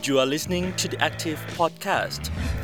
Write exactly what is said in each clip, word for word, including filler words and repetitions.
You are listening to the Active Podcast.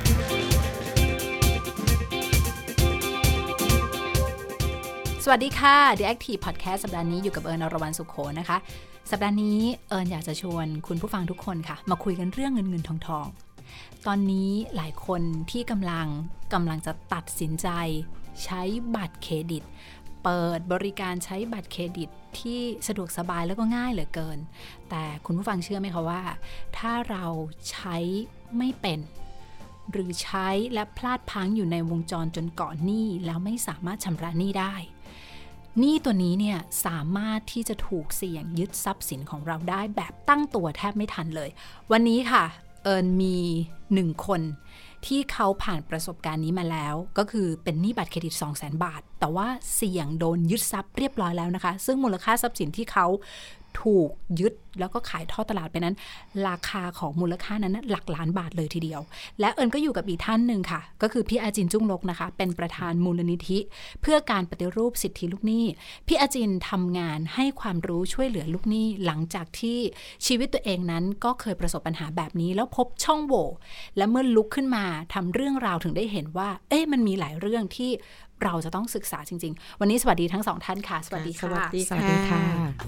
สวัสดีค่ะ The Active Podcast สัปดาห์นี้อยู่กับเอิญ อรวรรณ สุขโขนะคะสัปดาห์นี้เอิญอยากจะชวนคุณผู้ฟังทุกคนค่ะมาคุยกันเรื่องเงินเงินทองทองตอนนี้หลายคนที่กำลังกำลังจะตัดสินใจใช้บัตรเครดิตเปิดบริการใช้บัตรเครดิตที่สะดวกสบายแล้วก็ง่ายเหลือเกินแต่คุณผู้ฟังเชื่อไหมคะว่าถ้าเราใช้ไม่เป็นหรือใช้และพลาดพลั้งอยู่ในวงจรจนก่อหนี้แล้วไม่สามารถชำระหนี้ได้หนี้ตัวนี้เนี่ยสามารถที่จะถูกเสี่ยงยึดทรัพย์สินของเราได้แบบตั้งตัวแทบไม่ทันเลยวันนี้ค่ะเอิญมีหนึ่งคนที่เขาผ่านประสบการณ์นี้มาแล้วก็คือเป็นหนี้บัตรเครดิต สองแสน บาทแต่ว่าเสี่ยงโดนยึดทรัพย์เรียบร้อยแล้วนะคะซึ่งมูลค่าทรัพย์สินที่เขาถูกยึดแล้วก็ขายทอดตลาดไปนั้นราคาของมูลค่านั้นหลักล้านบาทเลยทีเดียวและเอิญก็อยู่กับอีกท่านหนึ่งค่ะก็คือพี่อาจินจุ้งลกนะคะเป็นประธานมูลนิธิเพื่อการปฏิรูปสิทธิลูกหนี้พี่อาจินทำงานให้ความรู้ช่วยเหลือลูกหนี้หลังจากที่ชีวิตตัวเองนั้นก็เคยประสบปัญหาแบบนี้แล้วพบช่องโหว่และเมื่อลุกขึ้นมาทำเรื่องราวถึงได้เห็นว่าเอ๊ะมันมีหลายเรื่องที่เราจะต้องศึกษาจริงๆวันนี้สวัสดีทั้งสองท่านค่ะสวัสดีค่ะสวัสดีค่ะสวัสดีค่ะ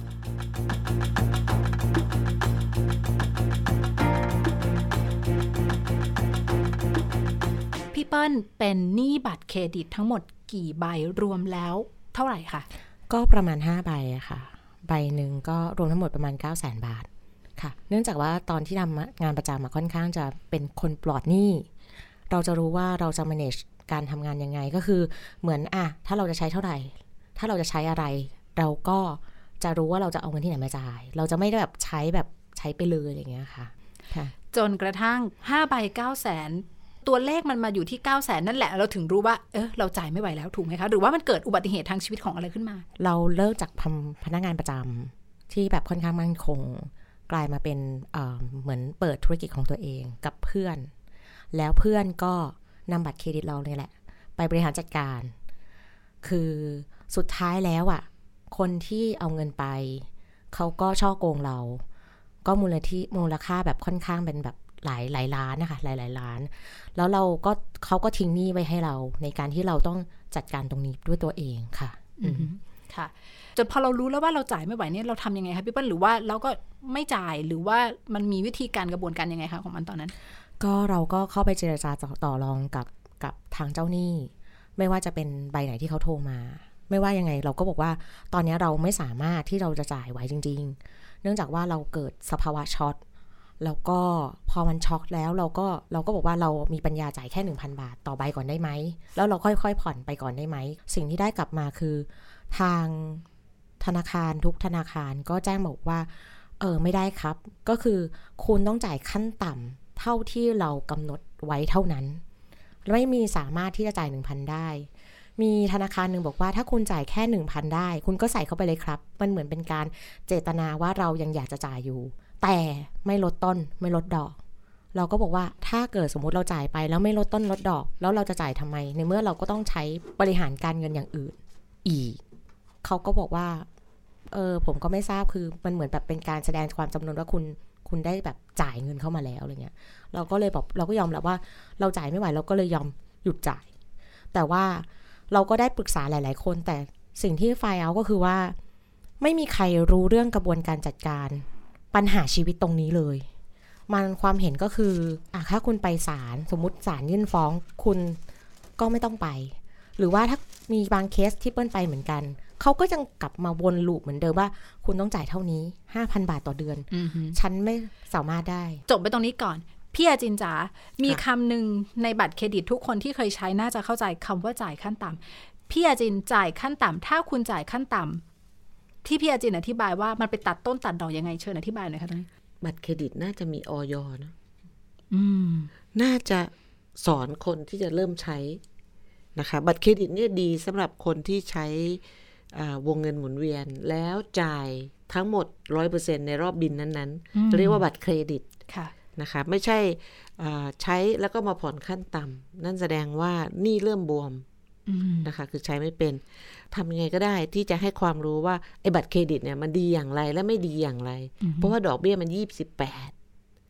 พี่เปิ้ลเป็นหนี้บัตรเครดิตทั้งหมดกี่ใบรวมแล้วเท่าไหร่คะก็ประมาณห้าใบอะค่ะใบหนึ่งก็รวมทั้งหมดประมาณ เก้าแสน บาทค่ะเนื่องจากว่าตอนที่ทำงานประจำมาค่อนข้างจะเป็นคนปลอดหนี้เราจะรู้ว่าเราจะ manage การทำงานยังไงก็คือเหมือนอะถ้าเราจะใช้เท่าไหร่ถ้าเราจะใช้อะไรเราก็จะรู้ว่าเราจะเอาเงินที่ไหนมาจ่ายเราจะไม่ได้แบบใช้แบบใช้ไปเลยอย่างเงี้ยค่ะค่ะจนกระทั่งห้าใบ เก้าแสนตัวเลขมันมาอยู่ที่ เก้าแสน นั่นแหละเราถึงรู้ว่าเออเราจ่ายไม่ไหวแล้วถูกไหมคะหรือว่ามันเกิดอุบัติเหตุทางชีวิตของอะไรขึ้นมาเราเลิกจากพนักงานประจำที่แบบค่อนข้างมั่นคงกลายมาเป็นเอ่อเหมือนเปิดธุรกิจของตัวเองกับเพื่อนแล้วเพื่อนก็นำบัตรเครดิตเราเนี่ยแหละไปบริหารจัดการคือสุดท้ายแล้วอ่ะคนที่เอาเงินไปเขาก็ฉ้อโกงเราก็มูลที่มูลค่าแบบค่อนข้างเป็นแบบหลายหลายล้านนะคะหลายหลายล้านแล้วเราก็เขาก็ทิ้งหนี้ไว้ให้เราในการที่เราต้องจัดการตรงนี้ด้วยตัวเองค่ะอืมค่ะจนพอเรารู้แล้วว่าเราจ่ายไม่ไหวเนี่ยเราทำยังไงคะพี่เปิ้ลหรือว่าเราก็ไม่จ่ายหรือว่ามันมีวิธีการกระบวนการยังไงคะของมันตอนนั้นก็เราก็เข้าไปเจรจาต่อรองกับกับทางเจ้าหนี้ไม่ว่าจะเป็นใบไหนที่เขาโทรมาไม่ว่ายังไงเราก็บอกว่าตอนนี้เราไม่สามารถที่เราจะจ่ายไหวจริงๆเนื่องจากว่าเราเกิดสภาวะช็อตแล้วก็พอมันช็อกแล้วเราก็เราก็บอกว่าเรามีปัญญาจ่ายแค่ หนึ่งพัน บาทต่อใบก่อนได้ไหมแล้วเราค่อยๆผ่อนไปก่อนได้ไหมสิ่งที่ได้กลับมาคือทางธนาคารทุกธนาคารก็แจ้งบอกว่าเออไม่ได้ครับก็คือคุณต้องจ่ายขั้นต่ำเท่าที่เรากำหนดไว้เท่านั้นไม่มีสามารถที่จะจ่าย หนึ่งพัน ได้มีธนาคารหนึ่งบอกว่าถ้าคุณจ่ายแค่ หนึ่งพัน ได้คุณก็ใส่เข้าไปเลยครับมันเหมือนเป็นการเจตนาว่าเรายังอยากจะจ่ายอยู่แต่ไม่ลดต้นไม่ลดดอกเราก็บอกว่าถ้าเกิดสมมุติเราจ่ายไปแล้วไม่ลดต้นลดดอกแล้วเราจะจ่ายทำไมในเมื่อเราก็ต้องใช้บริหารการเงินอย่างอื่นอีกเขาก็บอกว่าเออผมก็ไม่ทราบคือมันเหมือนแบบเป็นการแสดงความจำนวนว่าคุณคุณได้แบบจ่ายเงินเข้ามาแล้วอะไรเงี้ยเราก็เลยบอกเราก็ยอมรับว่าเราจ่ายไม่ไหวเราก็เลยยอมหยุดจ่ายแต่ว่าเราก็ได้ปรึกษาหลายๆคนแต่สิ่งที่ไฟล์เอาก็คือว่าไม่มีใครรู้เรื่องกระบวนการจัดการปัญหาชีวิตตรงนี้เลยมันความเห็นก็คืออ่ะถ้าคุณไปศาลสมมุติศาลยื่นฟ้องคุณก็ไม่ต้องไปหรือว่าถ้ามีบางเคสที่เปิ้ลไปเหมือนกันเขาก็ยังกลับมาวนลูปเหมือนเดิมว่าคุณต้องจ่ายเท่านี้ ห้าพัน บาทต่อเดือนฉันไม่สามารถได้จบไปตรงนี้ก่อนพี่อาจินจ๋ามีคำหนึ่งในบัตรเครดิตทุกคนที่เคยใช้น่าจะเข้าใจคำว่าจ่ายขั้นต่ำพี่อาจินจ่ายขั้นต่ำถ้าคุณจ่ายขั้นต่ำที่พี่อาจินอธิบายว่ามันไปตัดต้นตัดดอกยังไงเชิญอธิบายหน่อยค่ะตรงนี้บัตรเครดิตน่าจะมีอย.นะอืมน่าจะสอนคนที่จะเริ่มใช้นะคะบัตรเครดิตเนี่ยดีสำหรับคนที่ใช้วงเงินหมุนเวียนแล้วจ่ายทั้งหมด ร้อยเปอร์เซ็นต์ ในรอบบินนั้นๆเรียกว่าบัตรเครดิตนะคะไม่ใช่ใช้แล้วก็มาผ่อนขั้นต่ำนั่นแสดงว่าหนี้เริ่มบวมนะคะคือใช้ไม่เป็นทำยังไงก็ได้ที่จะให้ความรู้ว่าไอ้บัตรเครดิตเนี่ยมันดีอย่างไรและไม่ดีอย่างไรเพราะว่าดอกเบี้ยมันยี่สิบแปด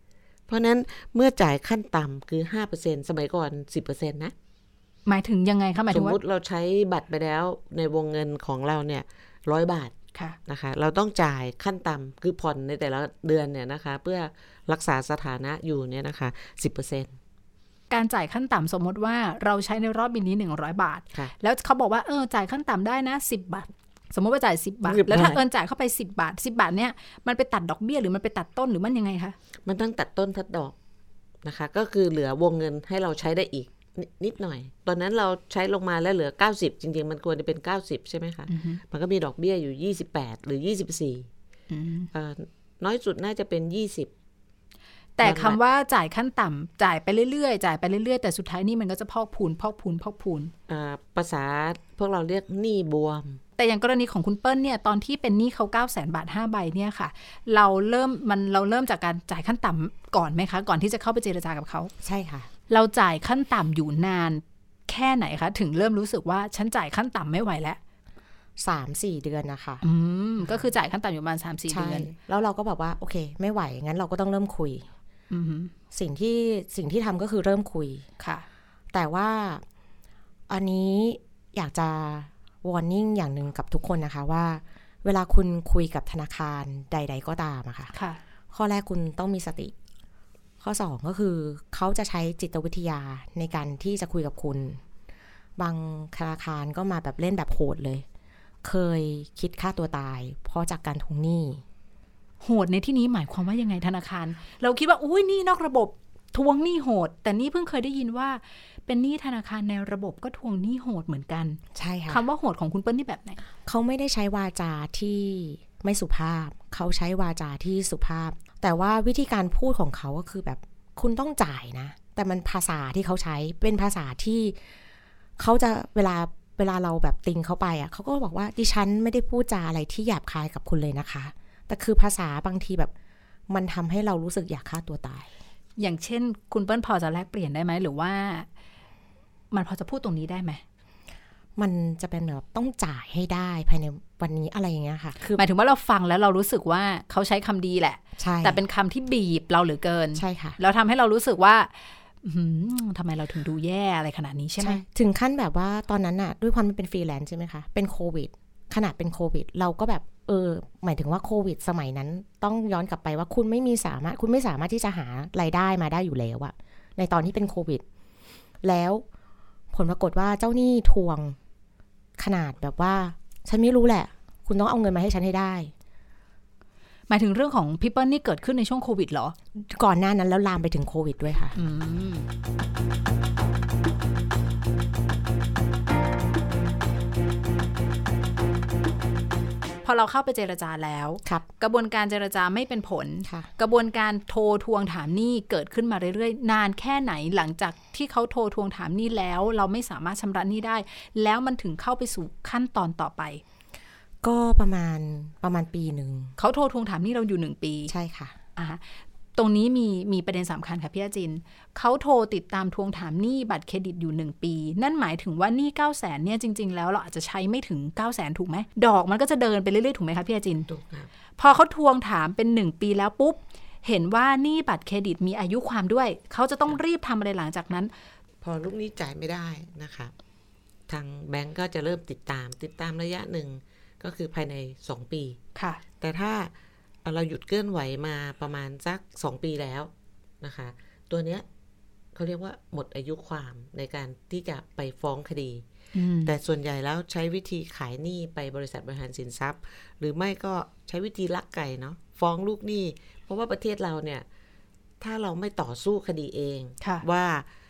เพราะนั้นเมื่อจ่ายขั้นต่ำคือ ห้าเปอร์เซ็นต์ สมัยก่อน สิบเปอร์เซ็นต์ นะหมายถึงยังไงคะหมายถึงว่าสมมติเราใช้บัตรไปแล้วในวงเงินของเราเนี่ยหนึ่งร้อยบาทนะคะเราต้องจ่ายขั้นต่ำคือผ่อนในแต่ละเดือนเนี่ยนะคะเพื่อรักษาสถานะอยู่เนี่ยนะคะ สิบเปอร์เซ็นต์การจ่ายขั้นต่ำสมมติว่าเราใช้ในรอบบินนี้หนึ่งร้อยบาทแล้วเขาบอกว่าเออจ่ายขั้นต่ำได้นะสิบบาทสมมติว่าจ่ายสิบบาทแล้วถ้าเอิญจ่ายเข้าไปสิบบาทสิบบาทเนี่ยมันไปตัดดอกเบี้ยหรือมันไปตัดต้นหรือมันยังไงคะมันต้องตัดต้นตัดดอกนะคะก็คือเหลือวงเงินให้เราใช้ได้อีกนิดหน่อยตอนนั้นเราใช้ลงมาแล้วเหลือเก้าสิบจริงๆมันควรจะเป็นเก้าสิบใช่ไหมคะ uh-huh. มันก็มีดอกเบี้ยอยู่ยี่สิบแปดหรือยี่สิบสี่ uh-huh. เอ่อน้อยสุดน่าจะเป็นยี่สิบแต่คำว่าจ่ายขั้นต่ำจ่ายไปเรื่อยๆจ่ายไปเรื่อยๆแต่สุดท้ายนี่มันก็จะพอกพูนพอกพูนพอกพูนอ่าภาษาพวกเราเรียกหนี้บวมแต่อย่างกรณีของคุณเปิ้ลเนี่ยตอนที่เป็นหนี้เขา เก้าแสนบาทห้าใบเนี่ยค่ะเราเริ่มมันเราเริ่มจากการจ่ายขั้นต่ำก่อนไหมคะก่อนที่จะเข้าไปเจรจากับเขาใช่ค่ะเราจ่ายขั้นต่ำอยู่นานแค่ไหนคะถึงเริ่มรู้สึกว่าฉันจ่ายขั้นต่ำไม่ไหวแล้วสามสี่ เดือนนะคะอืมก็คือจ่ายขั้นต่ำอยู่ประมาณ สามสี่ เดือนแล้วเราก็แบบว่าโอเคไม่ไหวงั้นเราก็ต้องเริ่มคุยสิ่งที่สิ่งที่ทำก็คือเริ่มคุยค่ะแต่ว่าอันนี้อยากจะ warning อย่างหนึ่งกับทุกคนนะคะว่าเวลาคุณคุยกับธนาคารใดๆก็ตามอะค่ะข้อแรกคุณต้องมีสติข้อสองก็คือเขาจะใช้จิตวิทยาในการที่จะคุยกับคุณบางธนาคารก็มาแบบเล่นแบบโหดเลยเคยคิดฆ่าตัวตายเพราะจากการทวงหนี้โหดในที่นี้หมายความว่ายังไงธนาคารเราคิดว่าอุ้ยหนี้นอกระบบทวงหนี้โหดแต่นี่เพิ่งเคยได้ยินว่าเป็นหนี้ธนาคารในระบบก็ทวงหนี้โหดเหมือนกันใช่ค่ะคำว่าโหดของคุณเปิ้ลนี่แบบไหนเขาไม่ได้ใช้วาจาที่ไม่สุภาพเขาใช้วาจาที่สุภาพแต่ว่าวิธีการพูดของเขาก็คือแบบคุณต้องจ่ายนะแต่มันภาษาที่เขาใช้เป็นภาษาที่เขาจะเวลาเวลาเราแบบติงเขาไปอ่ะเขาก็บอกว่าดิฉันไม่ได้พูดจาอะไรที่หยาบคายกับคุณเลยนะคะแต่คือภาษาบางทีแบบมันทำให้เรารู้สึกอยากฆ่าตัวตายอย่างเช่นคุณเปิ้ลพอจะแลกเปลี่ยนได้ไหมหรือว่ามันพอจะพูดตรงนี้ได้ไหมมันจะเป็นแบบต้องจ่ายให้ได้ภายในวันนี้อะไรอย่างเงี้ยค่ะคือหมายถึงว่าเราฟังแล้วเรารู้สึกว่าเขาใช้คำดีแหละแต่เป็นคำที่บีบเราเหลือเกินใช่ค่ะแล้วทำให้เรารู้สึกว่าทำไมเราถึงดูแย่อะไรขนาดนี้ใช่ไหมถึงขั้นแบบว่าตอนนั้นน่ะด้วยความมันเป็นฟรีแลนซ์ใช่ไหมคะเป็นโควิดขนาดเป็นโควิดเราก็แบบเออหมายถึงว่าโควิดสมัยนั้นต้องย้อนกลับไปว่าคุณไม่มีสามารถคุณไม่สามารถที่จะหารายได้มาได้อยู่แล้วอะในตอนที่เป็นโควิดแล้วผลปรากฏว่าเจ้าหนี้ทวงขนาดแบบว่าฉันไม่รู้แหละคุณต้องเอาเงินมาให้ฉันให้ได้หมายถึงเรื่องของพี่เปิ้ลนี่เกิดขึ้นในช่วงโควิดเหรอก่อนหน้านั้นแล้วลามไปถึงโควิดด้วยค่ะพอเราเข้าไปเจรจาแล้วกระบวนการเจรจาไม่เป็นผลกระบวนการโทรทวงถามหนี้เกิดขึ้นมาเรื่อยๆนานแค่ไหนหลังจากที่เขาโทรทวงถามหนี้แล้วเราไม่สามารถชำระหนี้ได้แล้วมันถึงเข้าไปสู่ขั้นตอนต่อไปก็ประมาณประมาณปีหนึ่งเขาโทรทวงถามหนี้เราอยู่หนึ่งปีใช่ค่ะอ่าตรงนี้มีมีประเด็นสำคัญค่ะพี่อาจินเขาโทรติดตามทวงถามหนี้บัตรเครดิตอยู่หนึ่งปีนั่นหมายถึงว่าหนี้เก้าแสนเนี่ยจริงๆแล้วเราอาจจะใช้ไม่ถึงเก้าแสนถูกไหมดอกมันก็จะเดินไปเรื่อยๆถูกไหมคะพี่อาจินถูกครับพอเขาทวงถามเป็นหนึ่งปีแล้วปุ๊บเห็นว่าหนี้บัตรเครดิตมีอายุความด้วยเขาจะต้องรีบทำอะไรหลังจากนั้นพอลูกหนี้จ่ายไม่ได้นะคะทางแบงก์ก็จะเริ่มติดตามติดตามระยะหนึ่งก็คือภายในสองปีค่ะแต่ถ้าเราหยุดเคลื่อนไหวมาประมาณสักสองปีแล้วนะคะตัวเนี้ยเขาเรียกว่าหมดอายุความในการที่จะไปฟ้องคดีแต่ส่วนใหญ่แล้วใช้วิธีขายหนี้ไปบริษัทบริหารสินทรัพย์หรือไม่ก็ใช้วิธีลักไก่เนาะฟ้องลูกหนี้เพราะว่าประเทศเราเนี่ยถ้าเราไม่ต่อสู้คดีเองว่า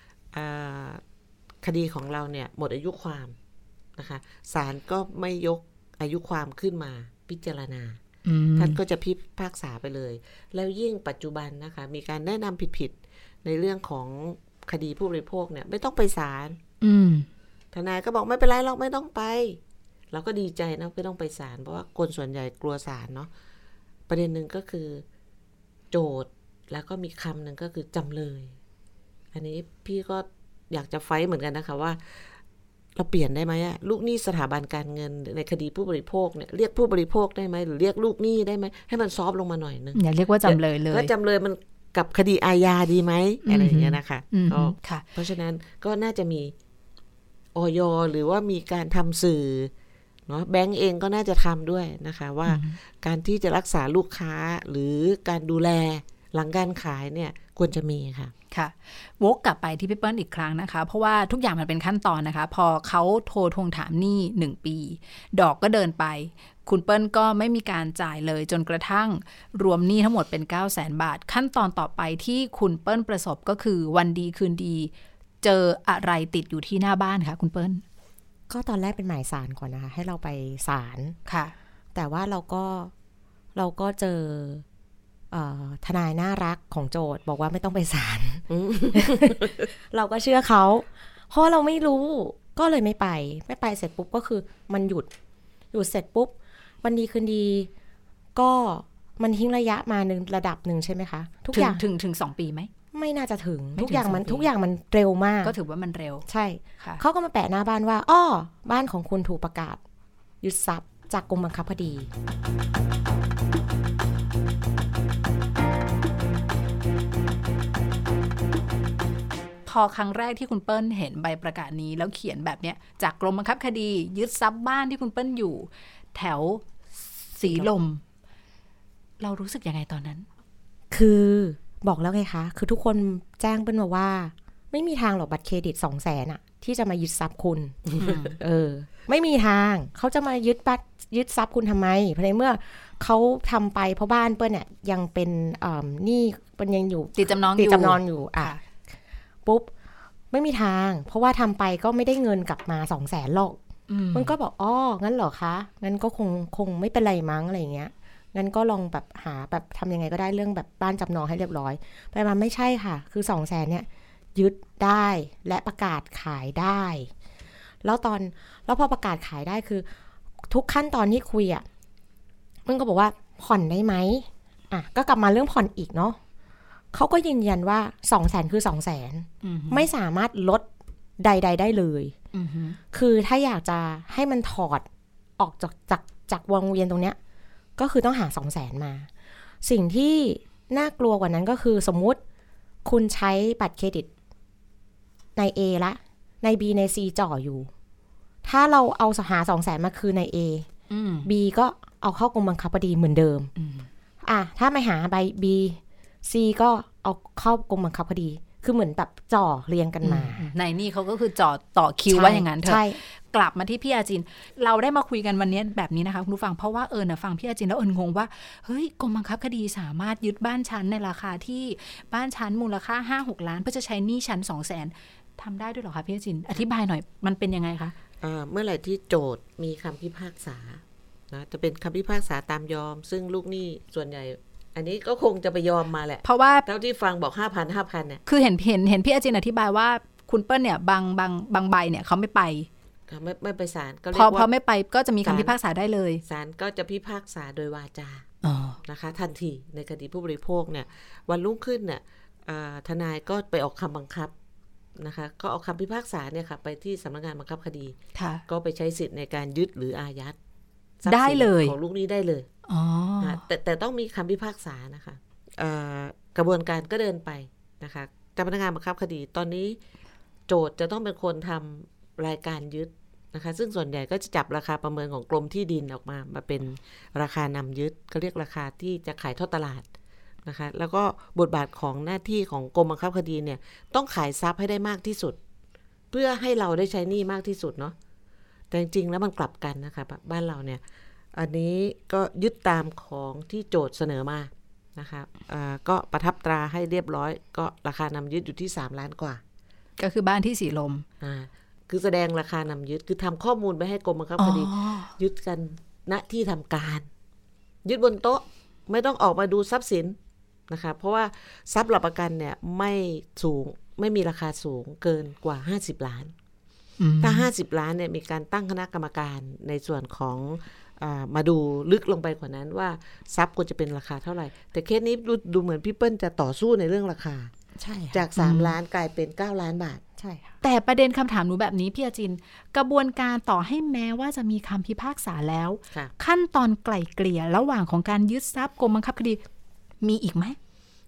คดีของเราเนี่ยหมดอายุความนะคะศาลก็ไม่ยกอายุความขึ้นมาพิจารณาท่านก็จะพิพากษาไปเลยแล้วยิ่งปัจจุบันนะคะมีการแนะนำผิดๆในเรื่องของคดีผู้บริโภคเนี่ยไม่ต้องไปศาลทนายก็บอกไม่เป็นไรเราไม่ต้องไปเราก็ดีใจนะไม่ต้องไปศาลเพราะว่าคนส่วนใหญ่กลัวศาลเนาะประเด็นหนึ่งก็คือโจทย์แล้วก็มีคำหนึ่งก็คือจำเลยอันนี้พี่ก็อยากจะไฟท์เหมือนกันนะคะว่าเราเปลี่ยนได้ไหมอะลูกหนี้สถาบันการเงินในคดีผู้บริโภคเนี่ยเรียกผู้บริโภคได้ไหมหรือเรียกลูกหนี้ได้ไหมให้มันซอฟต์ลงมาหน่อยนึงอย่าเรียกว่าจำเลยเลยถ้าจำเลยมันกับคดีอาญาดีไหมอะไรอย่างเงี้ยนะคะก็เพราะฉะนั้นก็น่าจะมีอย.หรือว่ามีการทำสื่อเนาะแบงก์เองก็น่าจะทำด้วยนะคะว่าการที่จะรักษาลูกค้าหรือการดูแลหลังการขายเนี่ยควรจะมีค่ะค่ะวกกลับไปที่พี่เปิ้ลอีกครั้งนะคะเพราะว่าทุกอย่างมันเป็นขั้นตอนนะคะพอเขาโทรทวงถามหนี้หนึ่งปีดอกก็เดินไปคุณเปิ้ลก็ไม่มีการจ่ายเลยจนกระทั่งรวมหนี้ทั้งหมดเป็น เก้าแสน บาทขั้นตอนต่อไปที่คุณเปิ้ลประสบก็คือวันดีคืนดีเจออะไรติดอยู่ที่หน้าบ้านคะคุณเปิ้ลก็ตอนแรกเป็นหมายศาลก่อนนะคะให้เราไปศาลค่ะแต่ว่าเราก็เราก็เจอทนายน่ารักของโจทย์บอกว่าไม่ต้องไปศาล เราก็เชื่อเขาเพราะเราไม่รู้ก็เลยไม่ไปไม่ไปเสร็จปุ๊บก็คือมันหยุดหยุดเสร็จปุ๊บวันดีคืนดีก็มันทิ้งระยะมาหนึ่งระดับหนึ่งใช่ไหมคะทุกอย่างถึงถึงสองปีไหมไม่น่าจะถึงทุกอย่างมันทุกอย่างมันเร็วมากก็ถือว่ามันเร็วใช่เขาก็มาแปะหน้าบ้านว่าอ้อบ้านของคุณถูกประกาศยึดทรัพย์จากกรมบังคับคดีพอครั้งแรกที่คุณเปิ้ลเห็นใบประกาศนี้แล้วเขียนแบบเนี้ยจากกรมบังคับคดียึดทรัพย์บ้านที่คุณเปิ้ลอยู่แถวสีลมเรารู้สึกยังไงตอนนั้นคือบอกแล้วไงคะคือทุกคนแจ้งเปิ้ลมาว่าไม่มีทางหรอกบัตรเครดิต สองแสน อ่ะที่จะมายึดทรัพย์คุณเออไม่มีทางเขาจะมายึดบัตรยึดทรัพย์คุณทำไมเพราะในเมื่อเขาทำไปเพราะบ้านเปิ้ลเนี่ยยังเป็นหนี้เปิ้ลยังอยู่ติดจำนองอยู่ติดจำนองอยู่อ่ะปุ๊บไม่มีทางเพราะว่าทำไปก็ไม่ได้เงินกลับมา สองแสน หรอกมันก็บอกอ้องั้นเหรอคะงั้นก็คงคงไม่เป็นไรมั้งอะไรอย่างเงี้ยงั้นก็ลองแบบหาแบบทำยังไงก็ได้เรื่องแบบบ้านจำนองให้เรียบร้อยไปมาไม่ใช่ค่ะคือ สองแสน เนี่ยยึดได้และประกาศขายได้แล้วตอนแล้วพอประกาศขายได้คือทุกขั้นตอนที่คุยอ่ะมันก็บอกว่าผ่อนได้ไหมอ่ะก็กลับมาเรื่องผ่อนอีกเนาะเขาก็ยืนยันว่า สองแสน คือ สองแสน ไม่สามารถลดใดๆได้เลยคือถ้าอยากจะให้มันถอดออกจากจากจากวงเวียนตรงเนี้ยก็คือต้องหา สองแสน มาสิ่งที่น่ากลัวกว่านั้นก็คือสมมุติคุณใช้บัตรเครดิตใน A ละใน B ใน C จ่ออยู่ถ้าเราเอาหา สองแสน มาคืนใน A B ก็เอาเข้ากรมบังคับคดีเหมือนเดิมอ่ะถ้าไม่หาใบ B C ก็เอาเข้ากรมบังคับคดีคือเหมือนแบบจ่อเรียงกันมาในนี่เขาก็คือจ่อต่อคิวว่าอย่างนั้นเถอะกลับมาที่พี่อาจินเราได้มาคุยกันวันนี้แบบนี้นะคะคุณผู้ฟังเพราะว่าเอิญนะฟังพี่อาจินแล้วเอิญงงว่าเฮ้ยกรมบังคับคดีสามารถยึดบ้านชั้นในราคาที่บ้านชั้นมูลค่า ห้าหก ล้านเพื่อจะใช้หนี้ชั้น สองแสน ทำได้ด้วยเหรอคะพี่อาจินอธิบายหน่อยมันเป็นยังไงคะเมื่อไหร่ที่โจทย์มีคำพิพากษานะจะเป็นคำพิพากษาตามยอมซึ่งลูกหนี้ส่วนใหญ่อันนี้ก็คงจะไปยอมมาแหละเพราะว่าเท่าที่ฟังบอก ห้าพัน ห้าพัน เนี่ยคือเห็นเห็นเห็นพี่อาจินอธิบายว่าคุณเปิ้ลเนี่ยบางบางบางใบเนี่ยเขาไม่ไปไม่ไม่ไปศาลก็เรียกว่าพอไม่ไปก็จะมีคำพิพากษาได้เลยศาลก็จะพิพากษาโดยวาจานะคะทันทีในคดีผู้บริโภคเนี่ยวันรุ่งขึ้นเนี่ยทนายก็ไปออกคำบังคับนะคะก็เอาคำพิพากษาเนี่ยค่ะไปที่สำนักงานบังคับคดีก็ไปใช้สิทธิ์ในการยึดหรืออายัดได้เลยของลูกหนี้ได้เลยแต่แต่ต้องมีคำพิพากษานะคะกระบวนการก็เดินไปนะคะเจ้าพนักงานบังคับคดีตอนนี้โจทย์จะต้องเป็นคนทำรายการยึดนะคะซึ่งส่วนใหญ่ก็จะจับราคาประเมินของกรมที่ดินออกมามาเป็นราคานำยึดเขาเรียกราคาที่จะขายทอดตลาดนะคะแล้วก็บทบาทของหน้าที่ของกรมบังคับคดีเนี่ยต้องขายทรัพย์ให้ได้มากที่สุดเพื่อให้เราได้ใช้หนี้มากที่สุดเนาะแต่จริงๆแล้วมันกลับกันนะคะบ้านเราเนี่ยอันนี้ก็ยึดตามของที่โจทย์เสนอมานะคะก็ประทับตราให้เรียบร้อยก็ราคานำยึดอยู่ที่สามล้านกว่าก็คือบ้านที่สีลมอ่าคือแสดงราคานำยึดคือทำข้อมูลไปให้กรมบังคับคดียึดกันณที่ทำการยึดบนโต๊ะไม่ต้องออกมาดูทรัพย์สินนะคะเพราะว่าทรัพย์หลักประกันเนี่ยไม่สูงไม่มีราคาสูงเกินกว่าห้าสิบล้านถ้าห้าสิบล้านเนี่ยมีการตั้งคณะกรรมการในส่วนของมาดูลึกลงไปกว่านั้นว่าทรัพย์ควรจะเป็นราคาเท่าไหร่แต่เคสนี้ดูดูเหมือนพี่เปิ้ลจะต่อสู้ในเรื่องราคาใช่จากสามล้านกลายเป็นเก้าล้านบาทใช่ค่ะแต่ประเด็นคำถามหนูแบบนี้พี่อาจินกระบวนการต่อให้แม้ว่าจะมีคำพิพากษาแล้วขั้นตอนไกล่เกลี่ยระหว่างของการยึดทรัพย์กรมบังคับคดีมีอีกไหม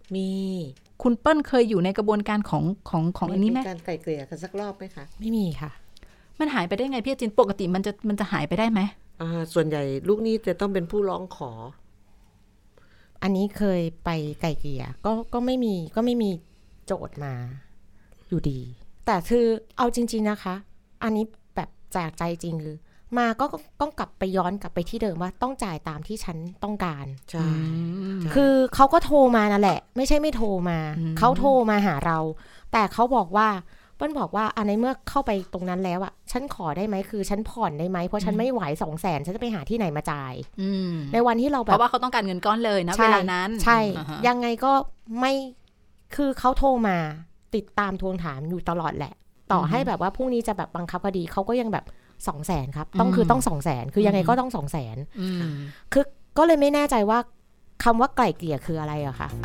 มีคุณเปิ้ลเคยอยู่ในกระบวนการของของของอันนี้ไหมมีการไกล่เกลี่ยกันสักรอบไหมคะไม่มีค่ะมันหายไปได้ไงพี่จินปกติมันจะมันจะหายไปได้ไหมอ่าส่วนใหญ่ลูกหนี้จะต้องเป็นผู้ร้องขออันนี้เคยไปไกล่เกลี่ยก็ก็ไม่มีก็ไม่มีโจทย์มาอยู่ดีแต่คือเอาจริงๆนะคะอันนี้แบบจากใจจริงคือมาก็ต้องกลับไปย้อนกลับไปที่เดิมว่าต้องจ่ายตามที่ฉันต้องการใช่คือเขาก็โทรมานั่นแหละไม่ใช่ไม่โทรมาเขาโทรมาหาเราแต่เขาบอกว่าเปิ้ลบอกว่าอันในเมื่อเข้าไปตรงนั้นแล้วอ่ะฉันขอได้ไหมคือฉันผ่อนได้ไหมเพราะฉันไม่ไหวสองแสนฉันจะไปหาที่ไหนมาจ่ายในวันที่เราแบบเพราะว่าเขาต้องการเงินก้อนเลยนะเวลานั้นใช่ ยังไงก็ไม่คือเขาโทรมาติดตามทวงถามอยู่ตลอดแหละต่อให้แบบว่าพรุ่งนี้จะแบบบังคับคดีเขาก็ยังแบบสองแสนครับต้องคือต้องสองแสนคือยังไงก็ต้องสองแสนคือก็เลยไม่แน่ใจว่าคำว่าไกล่เกลี่ยคืออะไรอะค่ะ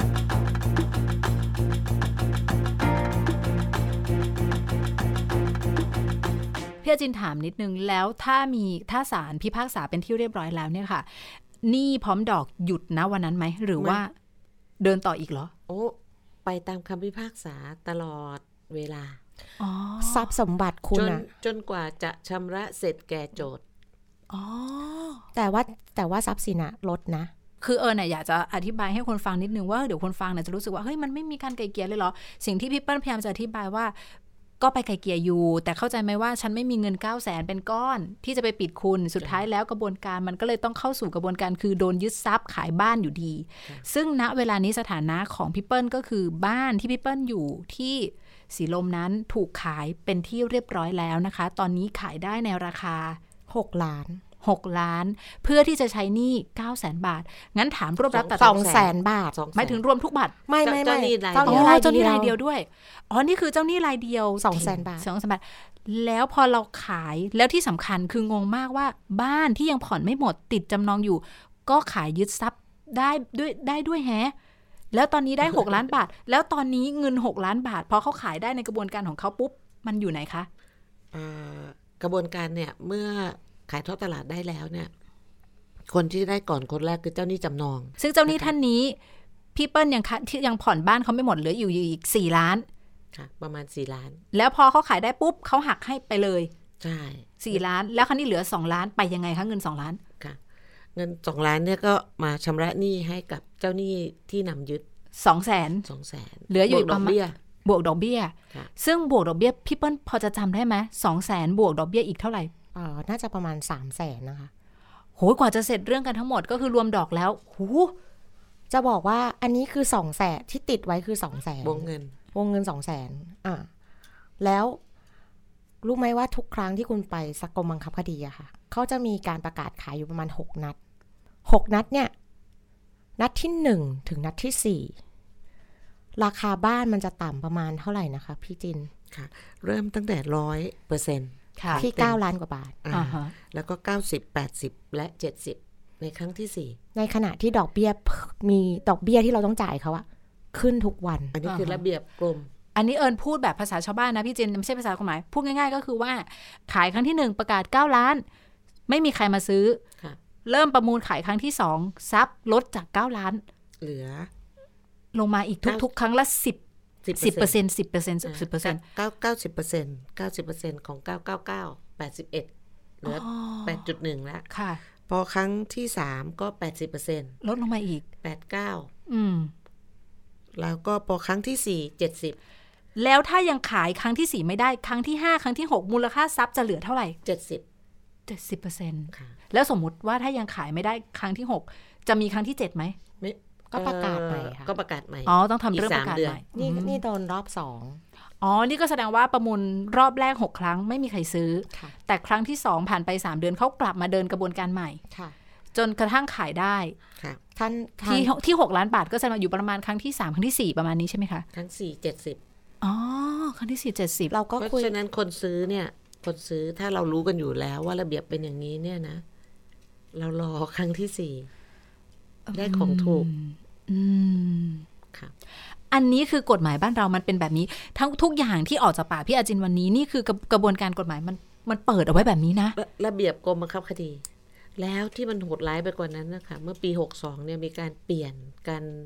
พี่อาจินถามนิดนึงแล้วถ้ามีถ้าศาลพิพากษาเป็นที่เรียบร้อยแล้วเนี่ยค่ะหนี้พร้อมดอกหยุดนะวันนั้นไหมหรือว่าเดินต่ออีกเหรอโอ้ไปตามคำพิพากษาตลอดเวลาทรัพย์สมบัติคุณอะจนกว่าจะชำระเสร็จแก่โจทย์อ๋อแต่ว่าแต่ว่าทรัพย์สินอะลดนะคือเออเนี่ยอยากจะอธิบายให้คนฟังนิดนึงว่าเดี๋ยวคนฟังเนี่ยจะรู้สึกว่าเฮ้ยมันไม่มีการไกล่เกลี่ยเลยเหรอสิ่งที่พี่เปิ้ลพยายามจะอธิบายว่าก็ไปไกล่เกลี่ยอยู่แต่เข้าใจไหมว่าฉันไม่มีเงินเก้าแสนเป็นก้อนที่จะไปปิดคุณสุดท้ายแล้วกระบวนการมันก็เลยต้องเข้าสู่กระบวนการคือโดนยึดทรัพย์ขายบ้านอยู่ดีซึ่งณเวลานี้สถานะของพี่เปิ้ลก็คือบ้านที่พี่เปิ้ลอยู่ที่สีลมนั้นถูกขายเป็นที่เรียบร้อยแล้วนะคะตอนนี้ขายได้ในราคาหกล้านหกล้านเพื่อที่จะใช้หนี้ เก้าแสน บาทงั้นถามรวบรัดแต่สองแสน บาทหมายถึงรวมทุกบัตรไม่ไม่ไม่เจ้าหนี้เจ้าหนี้รายเดียวด้วยอ๋อนี่คือเจ้าหนี้รายเดียวสองแสน บาทสองแสน บาทแล้วพอเราขายแล้วที่สำคัญคืองงมากว่าบ้านที่ยังผ่อนไม่หมดติดจำนองอยู่ก็ขายยึดทรัพย์ได้ด้วยได้ด้วยแฮะแล้วตอนนี้ได้หกล้านบาทแล้วตอนนี้เงินหกล้านบาทพอเขาขายได้ในกระบวนการของเขาปุ๊บมันอยู่ไหนคะกระบวนการเนี่ยเมื่อขายทอดตลาดได้แล้วเนี่ยคนที่ได้ก่อนคนแรกคือเจ้าหนี้จำนองซึ่งเจ้าหนี้ท่านนี้พี่เปิ้ลยังที่ยังผ่อนบ้านเขาไม่หมดเหลืออยู่อีกสี่ล้านค่ะประมาณสี่ล้านแล้วพอเขาขายได้ปุ๊บเขาหักให้ไปเลยใช่สี่ล้านแล้วคราวนี้เหลือสองล้านไปยังไงคะเงินสองล้านค่ะเงินสองล้านเนี่ยก็มาชำระหนี้ให้กับเจ้าหนี้ที่นำยึดสองแสนสองแสนเหลืออยู่ประมาณบวกดอกเบี้ยซึ่งบวกดอกเบี้ยพี่เปิ้ลพอจะจำได้ไหมสองแสนบวกดอกเบี้ยอีกเท่าไหร่อ่าน่าจะประมาณสามแสนนะคะโหกว่าจะเสร็จเรื่องกันทั้งหมดก็คือรวมดอกแล้วโหจะบอกว่าอันนี้คือสองแสนที่ติดไว้คือสองแสนวงเงินวงเงินสองแสนอ่ะแล้วรู้ไหมว่าทุกครั้งที่คุณไปสักกรมบังคับคดีอะค่ะเขาจะมีการประกาศขายอยู่ประมาณหกนัดหกนัดเนี่ยนัดที่หนึ่งถึงนัดที่สี่ราคาบ้านมันจะต่ำประมาณเท่าไหร่นะคะพี่จินค่ะเริ่มตั้งแต่ร้อยเปอร์เซ็นต์ที่เก้าล้านกว่าบาทแล้วก็เก้าสิบ แปดสิบและเจ็ดสิบในครั้งที่สี่ในขณะที่ดอกเบี้ยมีดอกเบี้ยที่เราต้องจ่ายเขาอะขึ้นทุกวันอันนี้คือระเบียบกรมอันนี้เอิญพูดแบบภาษาชาวบ้านนะพี่เจนไม่ใช่ภาษากฎหมายพูดง่ายๆก็คือว่าขายครั้งที่หนึ่งประกาศเก้าล้านไม่มีใครมาซื้อเริ่มประมูลขายครั้งที่สองซับลดจากเก้าล้านเหลือลงมาอีกทุกๆครั้งละสิบสิบเปอร์เซ็นต์สิบเปอร์เซ็นต์สิบเปอร์เซ็นต์เก้าเก้าสิบเปอร์เซ็นต์เก้าสิบเปอร์เซ็นต์ของเก้าเก้าเก้าแปดสิบเอ็ดเหลือแปดจุดหนึ่งแล้วค่ะพอครั้งที่สามก็แปดสิบเปอร์เซ็นต์ลดลงมาอีกแปดเก้าอืมแล้วก็พอครั้งที่สี่เจ็ดสิบแล้วถ้ายังขายครั้งที่สี่ไม่ได้ครั้งที่ห้าครั้งที่หกมูลค่าทรัพย์จะเหลือเท่าไหร่เจ็ดสิบเจ็ดสิบเปอร์เซ็นต์แล้วสมมุติว่าถ้ายังขายไม่ได้ครั้งที่หกจะมีครั้งที่เจ็ดไหมไม่ก็ประกาศใหม่ค่ะก็ประกาศใหม่อ๋อต้องทำเรื่องประกาศใหม่นี่นี่โดนรอบสองอ๋อนี่ก็แสดงว่าประมูลรอบแรกหกครั้งไม่มีใครซื้อแต่ครั้งที่สองผ่านไปสามเดือนเขากลับมาเดินกระบวนการใหม่จนกระทั่งขายได้ท่านที่ที่หกล้านบาทก็จะมาอยู่ประมาณครั้งที่สามครั้งที่สี่ประมาณนี้ใช่ไหมคะครั้งสี่เจ็ดสิบอ๋อครั้งที่สี่เจ็ดสิบเราก็คุยเพราะฉะนั้นคนซื้อเนี่ยคนซื้อถ้าเรารู้กันอยู่แล้วว่าระเบียบเป็นอย่างนี้เนี่ยนะเรารอครั้งที่สี่ได้ของถูกอืมค่ะอันนี้คือกฎหมายบ้านเรามันเป็นแบบนี้ทั้งทุกอย่างที่ออกจากปากพี่อาจินวันนี้นี่คือกระบวนการกฎหมายมันมันเปิดเอาไว้แบบนี้นะระเบียบกรมบังคับคดีแล้วที่มันโหดร้ายไปกว่านั้นนะคะเมื่อปีหกสองเนี่ยมีการเปลี่ยนการ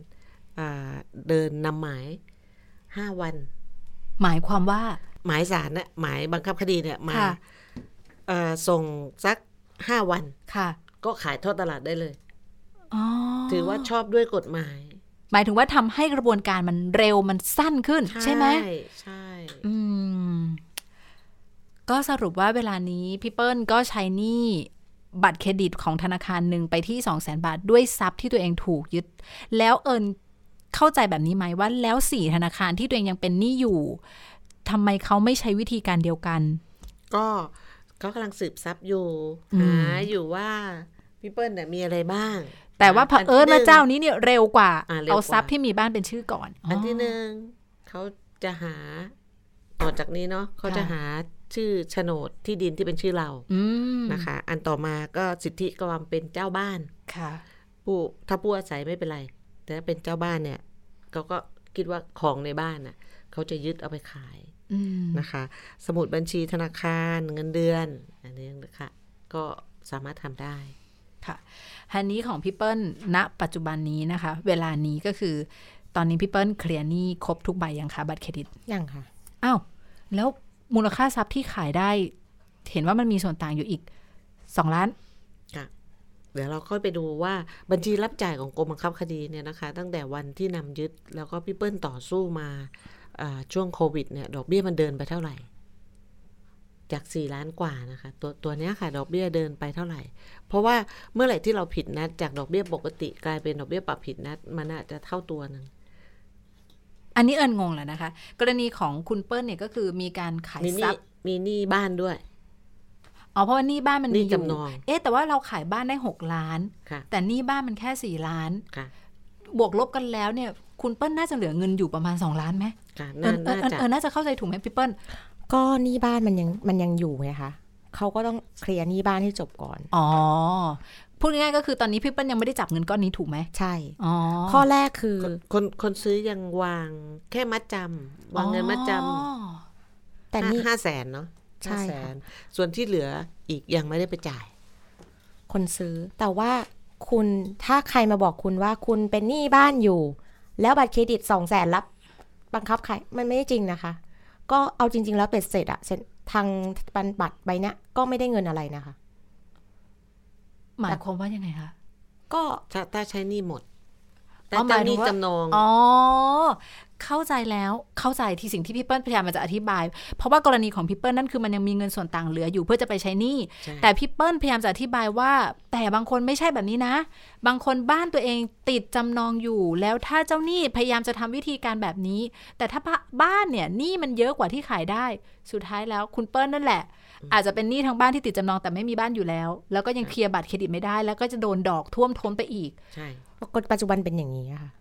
เดินนำหมายห้าวันหมายความว่าหมายศาลเนี่ยหมายบังคับคดีเนี่ยมาส่งสักห้าวันค่ะก็ขายทอดตลาดได้เลยถือว่าชอบด้วยกฎหมายหมายถึงว่าทำให้กระบวนการมันเร็วมันสั้นขึ้นใช่ไหมใช่ใช่อืมก็สรุปว่าเวลานี้พี่เปิ้ลก็ใช้หนี้บัตรเครดิตของธนาคารหนึ่งไปที่ สองแสน บาทด้วยทรัพย์ที่ตัวเองถูกยึดแล้วเอิญเข้าใจแบบนี้ไหมว่าแล้วสี่ธนาคารที่ตัวเองยังเป็นหนี้อยู่ทำไมเขาไม่ใช้วิธีการเดียวกันก็เขากำลังสืบทรัพย์อยู่หาอยู่ว่าพี่เปิ้ลเนี่ยมีอะไรบ้างแต่ว่าเผอิญว่าเจ้านี้เนี่ยเร็วกว่าเอาทรัพย์ที่มีบ้านเป็นชื่อก่อนอันที่หนึ่งเขาจะหาต่อจากนี้เนาะเขาจะหาชื่อโฉนดที่ดินที่เป็นชื่อเรานะคะอันต่อมาก็สิทธิความเป็นเจ้าบ้านค่ะผู้ถ้าผู้อาศัยไม่เป็นไรแต่ถ้าเป็นเจ้าบ้านเนี่ยเขาก็คิดว่าของในบ้านน่ะเขาจะยึดเอาไปขายนะคะสมุดบัญชีธนาคารเงินเดือนอันนี้นะคะก็สามารถทำได้ค่ะอันนี้ของพี่เปิ้ลณปัจจุบันนี้นะคะเวลานี้ก็คือตอนนี้พี่เปิ้ลเคลียร์หนี้ครบทุกใบยังคะบัตรเครดิตยังค่ะอ้าวแล้วมูลค่าทรัพย์ที่ขายได้เห็นว่ามันมีส่วนต่างอยู่อีกสองล้านค่ะเดี๋ยวเราค่อยไปดูว่าบัญชีรับจ่ายของกรมบังคับคดีเนี่ยนะคะตั้งแต่วันที่นำยึดแล้วก็พี่เปิ้ลต่อสู้มาช่วงโควิดเนี่ยดอกเบี้ยมันเดินไปเท่าไหร่จากสี่ล้านกว่านะคะตัวตัวเนี้ยค่ะดอกเบี้ยเดินไปเท่าไหร่เพราะว่าเมื่อไหร่ที่เราผิดนัดจากดอกเบี้ยปกติกลายเป็นดอกเบี้ยปรับผิดนัดมันอาจจะเท่าตัวนึงอันนี้เอิญงงแหละนะคะกรณีของคุณเปิ้ลเนี่ยก็คือมีการขายทรัพย์มีหนี้บ้านด้วยอ๋อเพราะว่าหนี้บ้านมันมีอยู่เอ๊ะแต่ว่าเราขายบ้านได้หกล้านแต่หนี้บ้านมันแค่สี่ล้านบวกลบกันแล้วเนี่ยคุณเปิ้ลน่าจะเหลือเงินอยู่ประมาณสองล้านไหมเออเออน่าจะเข้าใจถูกไหมพี่เปิ้ลก็หนี้บ้านมันยังมันยังอยู่ไงคะเขาก็ต้องเคลียร์หนี้บ้านให้จบก่อนอ๋อพูดง่ายๆก็คือตอนนี้พี่เปิ้ลยังไม่ได้จับเงินก้อนนี้ถูกไหมใช่อ๋อข้อแรกคือคนคนซื้อยังวางแค่มัดจำวางเงินมัดจำแต่นี่ห้าแสนเนาะใช่ค่ะส่วนที่เหลืออีกยังไม่ได้ไปจ่ายคนซื้อแต่ว่าคุณถ้าใครมาบอกคุณว่าคุณเป็นหนี้บ้านอยู่แล้วบัตรเครดิตสองแสนรับบังคับขายมันไม่ได้จริงนะคะก็เอาจริงๆแล้วเป็ดเสร็จอะทางบัตรใบเนี้ยก็ไม่ได้เงินอะไรนะคะหมายความว่ายังไงคะก็ถ้าถ้าใช้หนี้หมดแต่เจ้าหนี้จำนองอ๋อเข้าใจแล้วเข้าใจที่สิ่งที่พี่เปิ้ลพยายามจะอธิบายเพราะว่ากรณีของพี่เปิ้ลนั่นคือมันยังมีเงินส่วนต่างเหลืออยู่เพื่อจะไปใช้หนี้แต่พี่เปิ้ลพยายามจะอธิบายว่าแต่บางคนไม่ใช่แบบนี้นะบางคนบ้านตัวเองติดจำนองอยู่แล้วถ้าเจ้าหนี้พยายามจะทำวิธีการแบบนี้แต่ถ้าบ้านเนี่ยหนี้มันเยอะกว่าที่ขายได้สุดท้ายแล้วคุณเปิ้ลนั่นแหละอาจจะเป็นหนี้ทั้งบ้านที่ติดจำนองแต่ไม่มีบ้านอยู่แล้วแล้วก็ยังเคลียร์บัตรเครดิตไม่ได้แล้วก็จะโดนดอกท่วมท้นไปอีกใช่ปัจจุบันเป็นอย่างนี้ค่ะ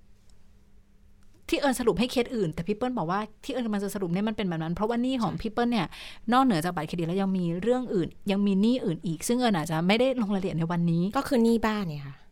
ที่เอิญสรุปให้เคสอื่นแต่พี่เปิ้ลบอกว่าที่เอิญมันจะสรุปเนี่ยมันเป็นแบบนั้นเพราะว่าหนี้ของพี่เปิ้ลเนี่ยนอกเหนือจากบัตรเครดิตแล้วยังมีเรื่องอื่นยังมีหนี้อื่นอีกซึ่งเอิญอาจจะไม่ได้ลงรายละเอียดในวันนี้ก็คือหนี้บ้านเนี่ยค่ะ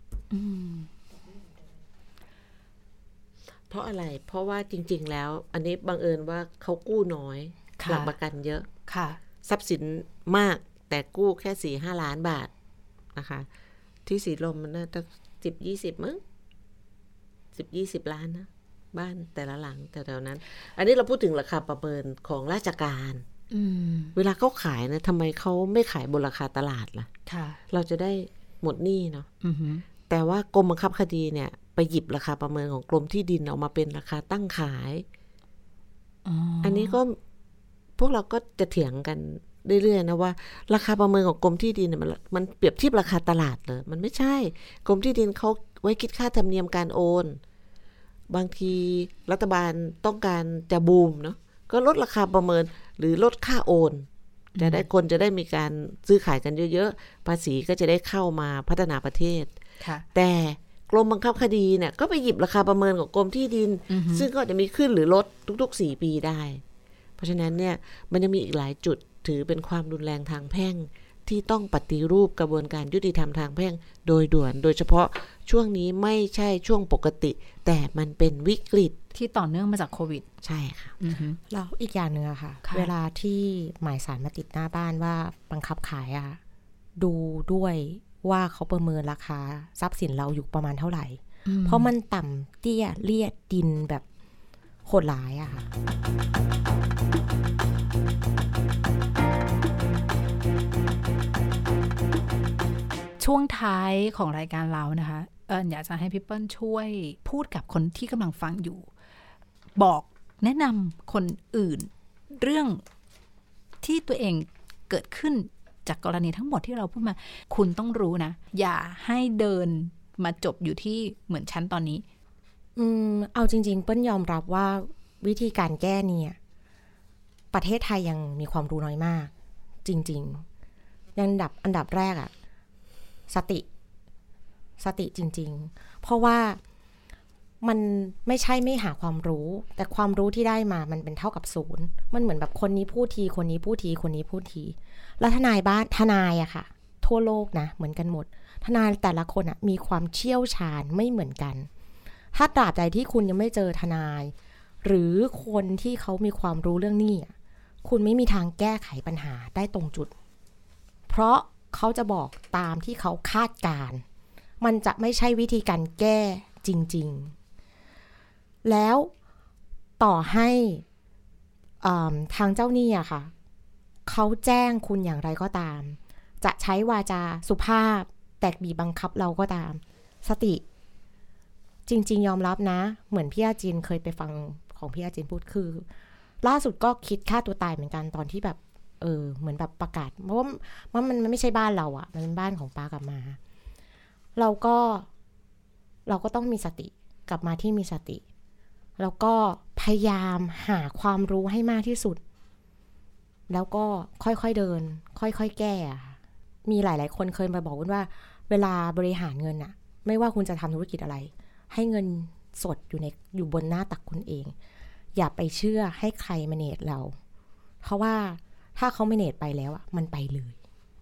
เพราะอะไรเพราะว่าจริงๆแล้วอันนี้บังเอิญว่าเขากู้น้อยหลักประกันเยอะค่ะทรัพย์สินมากแต่กู้แค่สี่ห้าล้านบาทนะคะที่สีลมมันน่าจะสิบยี่สิบมั้งสิบยี่สิบล้านนะบ้านแต่ละหลังแต่แถวนั้นอันนี้เราพูดถึงราคาประเมินของราชการเวลาเขาขายนะทำไมเขาไม่ขายบนราคาตลาดล่ะเราจะได้หมดหนี้เนาะแต่ว่ากรมบังคับคดีเนี่ยไปหยิบราคาประเมินของกรมที่ดินออกมาเป็นราคาตั้งขายอันนี้ก็พวกเราก็จะเถียงกันเรื่อยๆนะว่าราคาประเมินของกรมที่ดินเนี่ยมันมันเปรียบเทียบราคาตลาดเลยมันไม่ใช่กรมที่ดินเขาไว้คิดค่าธรรมเนียมการโอนบางทีรัฐบาลต้องการจะบูมเนาะก็ลดราคาประเมินหรือลดค่าโอนจะได้คนจะได้มีการซื้อขายกันเยอะๆภาษีก็จะได้เข้ามาพัฒนาประเทศแต่กรมบังคับคดีเนี่ยก็ไปหยิบราคาประเมินของกรมที่ดินซึ่งก็จะมีขึ้นหรือลดทุกๆสี่ปีได้เพราะฉะนั้นเนี่ยมันยังมีอีกหลายจุดถือเป็นความรุนแรงทางแพ่งที่ต้องปฏิรูปกระบวนการยุติธรรมทางแพ่งโดยด่วนโดยเฉพาะช่วงนี้ไม่ใช่ช่วงปกติแต่มันเป็นวิกฤตที่ต่อเนื่องมาจากโควิดใช่ค่ะแล้วอีกอย่างหนึ่งอะค่ะเวลาที่หมายสารมาติดหน้าบ้านว่าบังคับขายอะดูด้วยว่าเขาประเมินราคาทรัพย์สินเราอยู่ประมาณเท่าไหร่เพราะมันต่ำเตี้ยเลียดดินแบบโหดร้ายอะค่ะช่วงท้ายของรายการเรานะคะเอิญอยากจะให้พี่เปิ้ลช่วยพูดกับคนที่กำลังฟังอยู่บอกแนะนำคนอื่นเรื่องที่ตัวเองเกิดขึ้นจากกรณีทั้งหมดที่เราพูดมาคุณต้องรู้นะอย่าให้เดินมาจบอยู่ที่เหมือนชั้นตอนนี้อืมเอาจริงๆเปิ้ลยอมรับว่าวิธีการแก้เนี่ยประเทศไทยยังมีความรู้น้อยมากจริงๆอันดับอันดับแรกอะสติสติจริงๆเพราะว่ามันไม่ใช่ไม่หาความรู้แต่ความรู้ที่ได้มามันเป็นเท่ากับศูนย์มันเหมือนแบบคนนี้พูดทีคนนี้พูดทีคนนี้พูดทีแล้วทนายบ้านทนายอะค่ะทั่วโลกนะเหมือนกันหมดทนายแต่ละคนอะมีความเชี่ยวชาญไม่เหมือนกันถ้าตราบใดที่คุณยังไม่เจอทนายหรือคนที่เขามีความรู้เรื่องนี้คุณไม่มีทางแก้ไขปัญหาได้ตรงจุดเพราะเขาจะบอกตามที่เขาคาดการณ์มันจะไม่ใช่วิธีการแก้จริงๆแล้วต่อให้ทางเจ้าหนี้อะค่ะเขาแจ้งคุณอย่างไรก็ตามจะใช้วาจาสุภาพแต่บีบบังคับเราก็ตามสติจริงๆยอมรับนะเหมือนพี่อาจินเคยไปฟังของพี่อาจินพูดคือล่าสุดก็คิดฆ่าตัวตายเหมือนกันตอนที่แบบเออเหมือนแบบประกาศเพราะว่ามันมันไม่ใช่บ้านเราอะมันเป็นบ้านของป้ากับมาเราก็เราก็ต้องมีสติกลับมาที่มีสติแล้วก็พยายามหาความรู้ให้มากที่สุดแล้วก็ค่อยๆเดินค่อยๆแก้มีหลายๆคนเคยมาบอกว่าเวลาบริหารเงินอะไม่ว่าคุณจะทำธุรกิจอะไรให้เงินสดอยู่ในอยู่บนหน้าตักคุณเองอย่าไปเชื่อให้ใครมาเนจเราเพราะว่าถ้าเขามาเนจไปแล้วอะมันไปเลย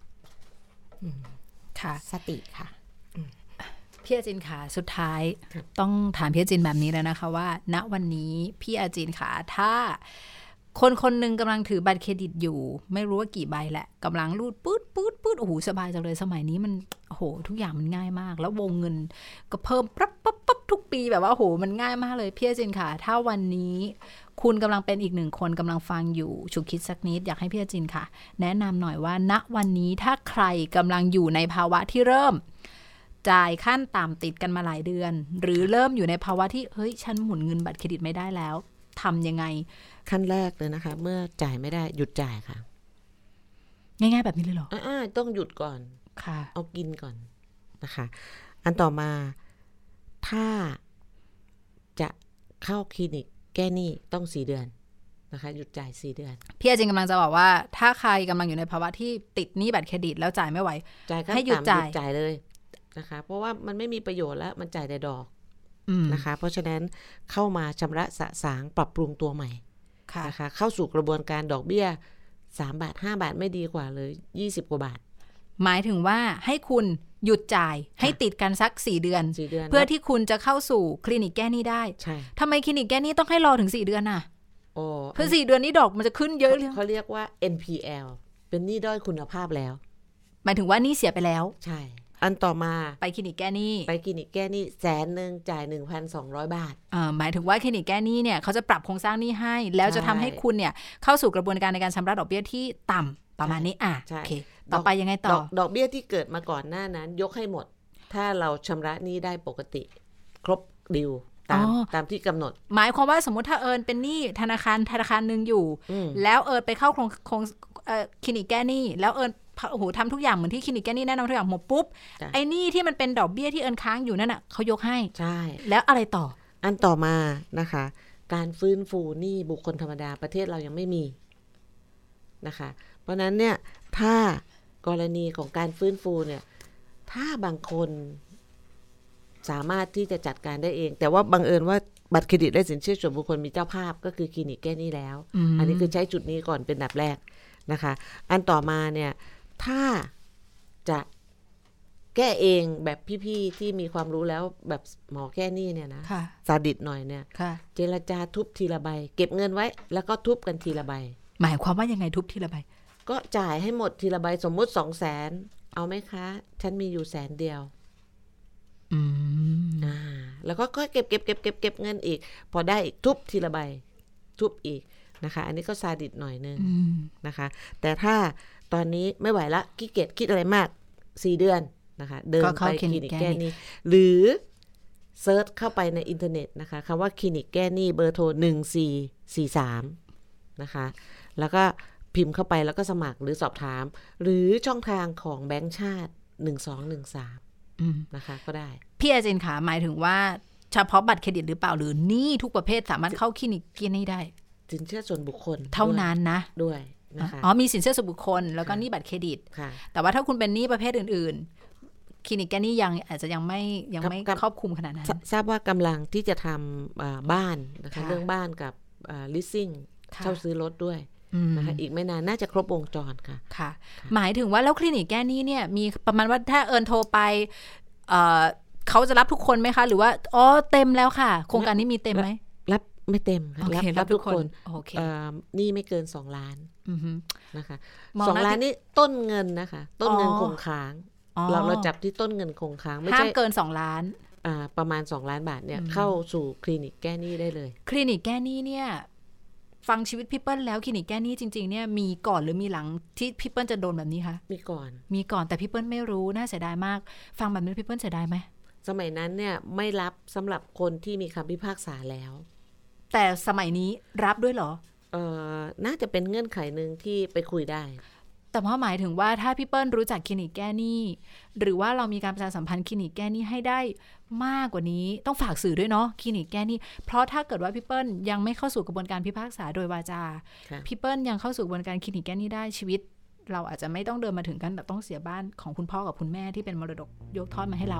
ค่ะสติค่ะพี่อาจินค่ะสุดท้ายต้องถามพี่อาจินแบบนี้แล้วนะคะว่าณวันนี้พี่อาจินค่ะถ้าคนคนหนึ่งกำลังถือบัตรเครดิตอยู่ไม่รู้ว่ากี่ใบแหละกำลังรูดปื๊ดปื๊ดปื๊ดโอ้โหสบายจังเลยสมัยนี้มันโอ้โหทุกอย่างมันง่ายมากแล้ววงเงินก็เพิ่มปั๊บปั๊บปั๊บทุกปีแบบว่าโอ้โหมันง่ายมากเลยพี่อาจินค่ะถ้าวันนี้คุณกำลังเป็นอีกหนึ่งคนกำลังฟังอยู่ฉุกคิดสักนิดอยากให้พี่อาจินค่ะแนะนำหน่อยว่าณวันนี้ถ้าใครกำลังอยู่ในภาวะที่เริ่มจ่ายขั้นต่ำติดกันมาหลายเดือนหรือเริ่มอยู่ในภาวะที่เฮ้ยฉันหมุนเงินบัตรเครดิตไม่ได้แล้วทำยังไงขั้นแรกเลยนะคะเมื่อจ่ายไม่ได้หยุดจ่ายค่ะง่ายๆแบบนี้เลยเหรออ่าต้องหยุดก่อนค่ะเอากินก่อนนะคะอันต่อมาถ้าจะเข้าคลินิกแก้หนี้ต้องสี่เดือนนะคะหยุดจ่ายสี่เดือนพี่อาจริงกำลังจะบอกว่าถ้าใครกำลังอยู่ในภาวะที่ติดหนี้บัตรเครดิตแล้วจ่ายไม่ไหวให้หยุดจ่ายจ่ายเลยนะคะเพราะว่ามันไม่มีประโยชน์แล้วมันจ่ายแต่ดอกนะคะเพราะฉะนั้นเข้ามาชำระสะสางปรับปรุงตัวใหม่นะคะเข้าสู่กระบวนการดอกเบี้ยสามบาทห้าบาทไม่ดีกว่าเลยยี่สิบกว่าบาทหมายถึงว่าให้คุณหยุดจ่ายให้ติดกันสักสี่เดือนเพื่อที่คุณจะเข้าสู่คลินิกแก้หนี้ได้ใช่ทำไมคลินิกแก้หนี้ต้องให้รอถึงสี่เดือนน่ะเพื่อสี่เดือนนี้ดอกมันจะขึ้นเยอะเลยเขาเรียกว่า เอ็น พี แอล เป็นหนี้ด้อยคุณภาพแล้วหมายถึงว่าหนี้เสียไปแล้วใช่อันต่อมาไปคลินิกแก้หนี้ไปคลินิกแก้หนี้แสนนึงจ่าย หนึ่งพันสองร้อย บาทอ่าหมายถึงว่าคลินิกแก้หนี้เนี่ยเขาจะปรับโครงสร้างหนี้ให้แล้วจะทำให้คุณเนี่ยเข้าสู่กระบวนการในการชำระดอกเบี้ยที่ต่ำประมาณนี้อ่ะโอเคต่อไปยังไงต่อดอกเบี้ยที่เกิดมาก่อนหน้านั้นยกให้หมดถ้าเราชำระหนี้ได้ปกติครบดีลตามตามที่กำหนดหมายความว่าสมมุติถ้าเอิญเป็นหนี้ธนาคารธนาคารนึงอยู่แล้วเอิญไปเข้าโครงโครงคลินิกแก้หนี้แล้วเอิญโอ้โหทำทุกอย่างเหมือนที่คลินิกแก้หนี้แน่นอนทุกอย่างหมดปุ๊บไอ้หนี้ที่มันเป็นดอกเบี้ยที่เอิญค้างอยู่นั่นน่ะเขายกให้ใช่แล้วอะไรต่ออันต่อมานะคะการฟื้นฟูหนี้บุคคลธรรมดาประเทศเรายังไม่มีนะคะเพราะนั้นเนี่ยถ้ากรณีของการฟื้นฟูเนี่ยถ้าบางคนสามารถที่จะจัดการได้เองแต่ว่าบังเอิญว่าบัตรเครดิตและสินเชื่อส่วนบุคคลมีเจ้าภาพก็คือคลินิกแก้หนี้แล้ว อ, อันนี้คือใช้จุดนี้ก่อนเป็นอันดับแรกนะคะอันต่อมาเนี่ยถ้าจะแก้เองแบบพี่ๆที่มีความรู้แล้วแบบหมอแก้หนี้เนี่ยนะซาดิสหน่อยเนี่ยเจรจาทุบทีละใบเก็บเงินไว้แล้วก็ทุบกันทีละใบหมายความว่ายังไงทุบทีละใบก็จ่ายให้หมดทีละใบสมมุติสองแสนเอาไหมคะฉันมีอยู่แสนเดียวอืมอ่าแล้วก็ค่อยเก็บเก็บเก็บเก็บเก็บเงินอีกพอได้อีกทุบทีละใบทุบอีกนะคะอันนี้ก็ซาดิสหน่อยนึงนะคะแต่ถ้าตอนนี้ไม่ไหวละขี้เกียจคิดอะไรมากสี่เดือนนะคะเดินไปคลินิกแก้หนี้หรือเซิร์ชเข้าไปในอินเทอร์เน็ตนะคะคำว่าคลินิกแก้หนี้เบอร์โทรหนึ่งสี่สี่สามนะคะแล้วก็พิมพ์เข้าไปแล้วก็สมัครหรือสอบถามหรือช่องทางของแบงก์ชาติหนึ่งสองหนึ่งสามนะคะก็ได้พี่อาจินค่ะหมายถึงว่าเฉพาะบัตรเครดิตหรือเปล่าหรือหนี้ทุกประเภทสามารถเข้าคลินิกแก้หนี้ได้สินเชื่อส่วนบุคคลเท่านั้นนะด้วยนะคะอ๋อมีสินเชื่อส่วนบุคคลแล้วก็หนี้บัตรเครดิตแต่ว่าถ้าคุณเป็นหนี้ประเภทอื่นๆคลินิกแก้หนี้ยังอาจจะยังไม่ยังไม่ครอบคลุมขนาดนั้นทราบว่ากำลังที่จะทำบ้านนะคะเรื่องบ้านกับ leasing เช่าซื้อรถด้วยนะคะอีกไม่นานน่าจะครบวงจรค่ะค่ะหมายถึงว่าแล้วคลินิกแก้หนี้เนี่ยมีประมาณว่าถ้าเอิญโทรไปเอ่อเขาจะรับทุกคนไหมคะหรือว่าอ๋อเต็มแล้วค่ะโครงการนี้มีเต็มไหมรับไม่เต็มรับรับทุกคนนี่ไม่เกินสองล้านนะคะสองล้านนี่ต้นเงินนะคะต้นเงินคงค้างเราเราจับที่ต้นเงินคงค้างไม่ใช่ห้ามเกินสองล้านอ่าประมาณสองล้านบาทเนี่ยเข้าสู่คลินิกแก้หนี้ได้เลยคลินิกแก้หนี้เนี่ยฟังชีวิตพี่เปิ้ลแล้วคลินิกแก้หนี้จริงๆเนี่ยมีก่อนหรือมีหลังที่พี่เปิ้ลจะโดนแบบนี้คะมีก่อนมีก่อนแต่พี่เปิ้ลไม่รู้น่าเสียดายมากฟังแบบนี้พี่เปิ้ลเสียดายไหมสมัยนั้นเนี่ยไม่รับสำหรับคนที่มีคำพิพากษาแล้วแต่สมัยนี้รับด้วยเหรอเอ่อน่าจะเป็นเงื่อนไขนึงที่ไปคุยได้แต่ว่าหมายถึงว่าถ้าพี่เปิ้ลรู้จักคลินิกแก้หนี้หรือว่าเรามีการประชาสัมพันธ์คลินิกแก้หนี้ให้ได้มากกว่านี้ต้องฝากสื่อด้วยเนาะคลินิกแก้หนี้เพราะถ้าเกิดว่าพี่เปิ้ลยังไม่เข้าสู่กระบวนการพิพากษาโดยวาจาพี่เปิ้ลยังเข้าสู่กระบวนการคลินิกแก้หนี้ได้ชีวิตเราอาจจะไม่ต้องเดินมาถึงกันแบบต้องเสียบ้านของคุณพ่อกับคุณแม่ที่เป็นมรดกยกทอดมาให้เรา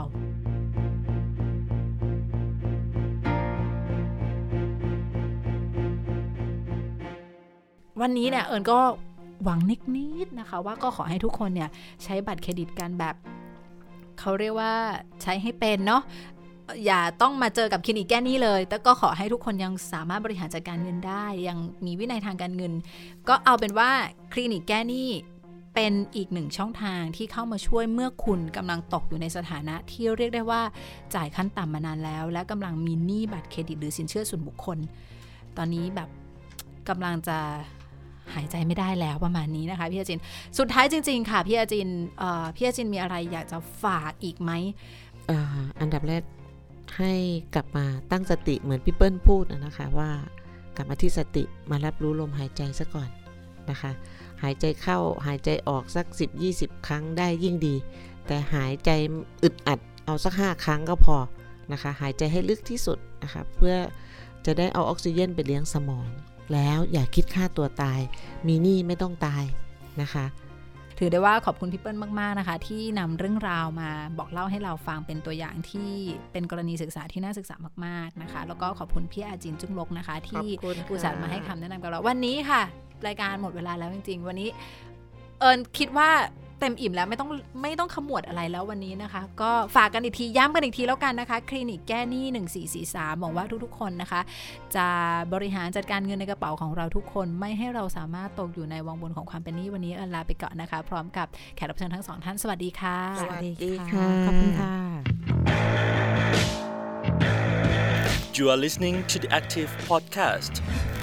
วันนี้เนี่ยเอิญก็หวังนิดๆนะคะว่าก็ขอให้ทุกคนเนี่ยใช้บัตรเครดิตกันแบบเขาเรียกว่าใช้ให้เป็นเนาะอย่าต้องมาเจอกับคลินิกแก้หนี้เลยแต่ก็ขอให้ทุกคนยังสามารถบริหารจัดการเงินได้ยังมีวินัยทางการเงินก็เอาเป็นว่าคลินิกแก้หนี้เป็นอีกหนึ่งช่องทางที่เข้ามาช่วยเมื่อคุณกำลังตกอยู่ในสถานะที่เรียกได้ว่าจ่ายขั้นต่ำมานานแล้วและกำลังมีหนี้บัตรเครดิตหรือสินเชื่อส่วนบุคคลตอนนี้แบบกำลังจะหายใจไม่ได้แล้วประมาณนี้นะคะพี่อาจินสุดท้ายจริงๆค่ะพี่อาจินพี่อาจินมีอะไรอยากจะฝากอีกไหมอ, อันดับแรกให้กลับมาตั้งสติเหมือนพี่เปิ้ลพูดนะคะว่ากลับมาที่สติมารับรู้ลมหายใจซะก่อนนะคะหายใจเข้าหายใจออกสัก สิบถึงยี่สิบ ครั้งได้ยิ่งดีแต่หายใจอึดอัดเอาสักห้าครั้งก็พอนะคะหายใจให้ลึกที่สุดนะคะเพื่อจะได้เอาออกซิเจนไปเลี้ยงสมองแล้วอย่าคิดฆ่าตัวตายมีหนี้ไม่ต้องตายนะคะถือได้ว่าขอบคุณพี่เปิ้ลมากๆนะคะที่นำเรื่องราวมาบอกเล่าให้เราฟังเป็นตัวอย่างที่เป็นกรณีศึกษาที่น่าศึกษามากๆนะคะแล้วก็ขอบคุณพี่อาจินจุ้งลกนะคะที่อุตส่าห์มาให้คำแนะนำกับเราวันนี้ค่ะรายการหมดเวลาแล้วจริงๆวันนี้เอิญคิดว่าเต็มอิ่มแล้วไม่ต้องไม่ต้องขมวดอะไรแล้ววันนี้นะคะก็ฝากกันอีกทีย้ำกันอีกทีแล้วกันนะคะคลินิกแก้หนี้หนึ่งสี่สี่สามหวังว่าทุกๆคนนะคะจะบริหารจัดการเงินในกระเป๋าของเราทุกคนไม่ให้เราสามารถตกอยู่ในวังวนของความเป็นหนี้วันนี้เอิญลาไปก่อนนะคะพร้อมกับแขกรับเชิญทั้งสองท่านสวัสดีค่ะสวัสดีค่ะขอบคุณค่ะ You are listening to the Active Podcast